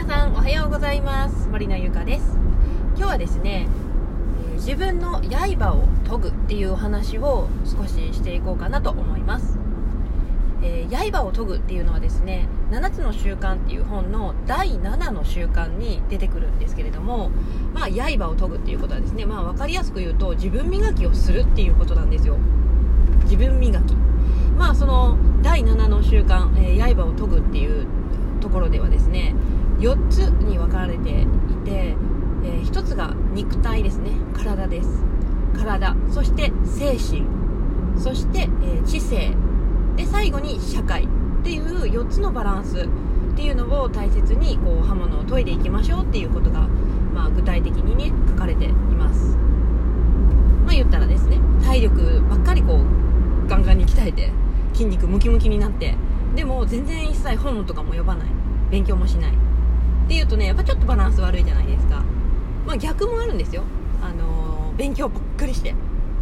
さんおはようございます。森のゆかです。今日はですね、自分の刃を研ぐっていうお話を少ししていこうかなと思います。刃を研ぐっていうのはですね、7つの習慣っていう本の第7の習慣に出てくるんですけれども、刃を研ぐっていうことはですね、分かりやすく言うと自分磨きをするっていうことなんですよ。自分磨き。その第7の習慣、刃を研ぐっていうところではですね、4つに分かれていて、1つが肉体ですね。体です。体、そして精神、そして、知性で、最後に社会っていう4つのバランスっていうのを大切に刃物を研いでいきましょうっていうことが、具体的にね書かれています。言ったらですね、体力ばっかりガンガンに鍛えて筋肉ムキムキになって、でも全然一切本とかも読まない、勉強もしないっていうとね、やっぱちょっとバランス悪いじゃないですか。逆もあるんですよ。勉強ばっかりして、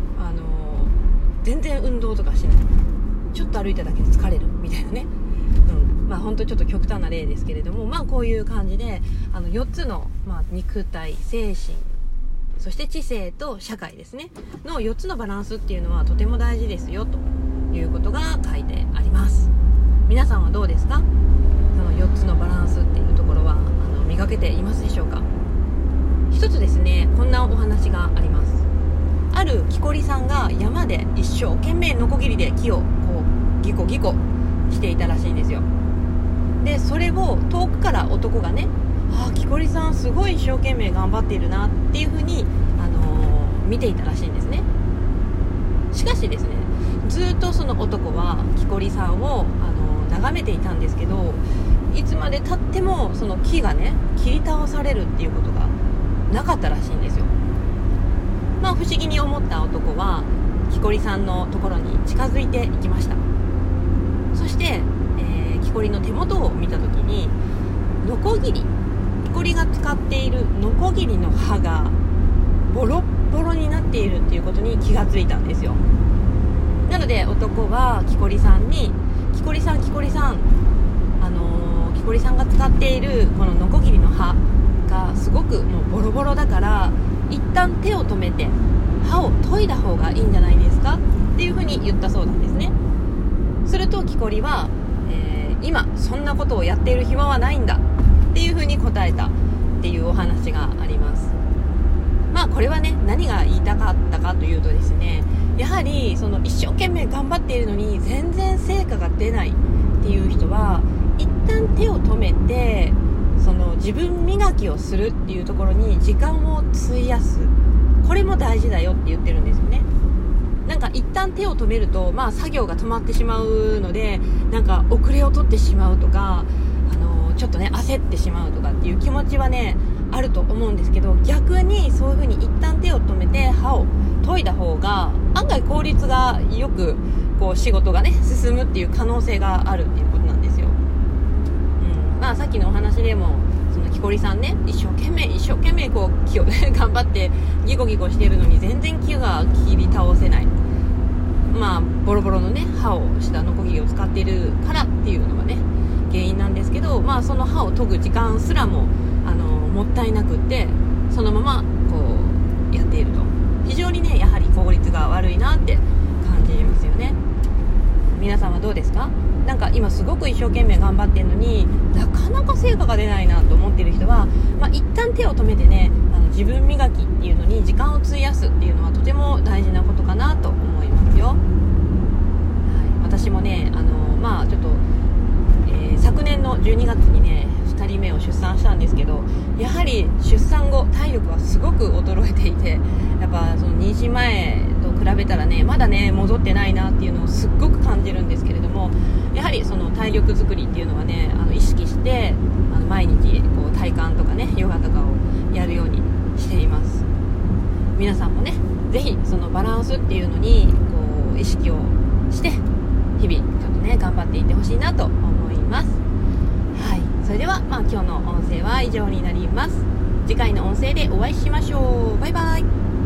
全然運動とかしない、ちょっと歩いただけで疲れるみたいなね、本当ちょっと極端な例ですけれども、こういう感じで4つの、肉体、精神、そして知性と社会ですねの4つのバランスっていうのはとても大事ですよということが書いてあります。皆さんはどうですか？その4つのバランスっていうところは磨けていますでしょうか？一つですね、こんなお話があります。ある木こりさんが山で一生懸命ノコギリで木をギコギコしていたらしいんですよ。でそれを遠くから男がね、木こりさんすごい一生懸命頑張っているなっていう風に、見ていたらしいんですね。しかしですね、ずっとその男は木こりさんを眺めていたんですけど、いつまで経ってもその木がね切り倒されるっていうことがなかったらしいんですよ。不思議に思った男は木こりさんのところに近づいていきました。そして、木こりの手元を見た時に、ノコギリ、木こりが使っているノコギリの刃がボロッボロになっているっていうことに気がついたんですよ。なので男は木こりさんに、木こりさん、木こりさん、木こりさんが使っているこのノコギリの刃がすごくもうボロボロだから、一旦手を止めて刃を研いだ方がいいんじゃないですかっていうふうに言ったそうなんですね。すると木こりは、今そんなことをやっている暇はないんだっていうふうに答えたっていうお話があります。これはね、何が言いたかったかというとですね、やはりその一生懸命頑張っているのに全然成果が出ないっていう人は、一旦手を止めてその自分磨きをするっていうところに時間を費やす、これも大事だよって言ってるんですよね。一旦手を止めると、作業が止まってしまうので、遅れを取ってしまうとか、ちょっとね焦ってしまうとかっていう気持ちはねあると思うんですけど、逆にそういう風に一旦手を止めて刃を研いだ方が案外効率がよく仕事がね進むっていう可能性があるっていうことなんですよ。さっきのお話でもその木こりさんね、一生懸命木をね頑張ってギコギコしているのに全然木が切り倒せない、ボロボロのね刃をしたノコギリを使っているからっていうのがね原因なんですけど、その刃を研ぐ時間すらももったいなくって、そのままやっていると、非常にねやはり効率が悪いなって感じますよね。皆さんはどうですか？今すごく一生懸命頑張ってるのになかなか成果が出ないなと思っている人は、一旦手を止めてね自分磨きっていうのに時間を費やすっていうのはとても大事なことかなと思いますよ。私もねちょっと、昨年の12月にね2人目を出産したんですけど、やはり出産後体力はすごく衰えていて、やっぱその妊娠前と比べたらねまだね戻ってないなっていうのをすっごく感じるんですけれども、やはりその体力作りっていうのはね意識して毎日体幹とかねヨガとかをやるようにしています。皆さんもねぜひそのバランスっていうのに意識をして日々ちょっとね頑張っていってほしいなと思います。それでは、今日の音声は以上になります。次回の音声でお会いしましょう。バイバイ。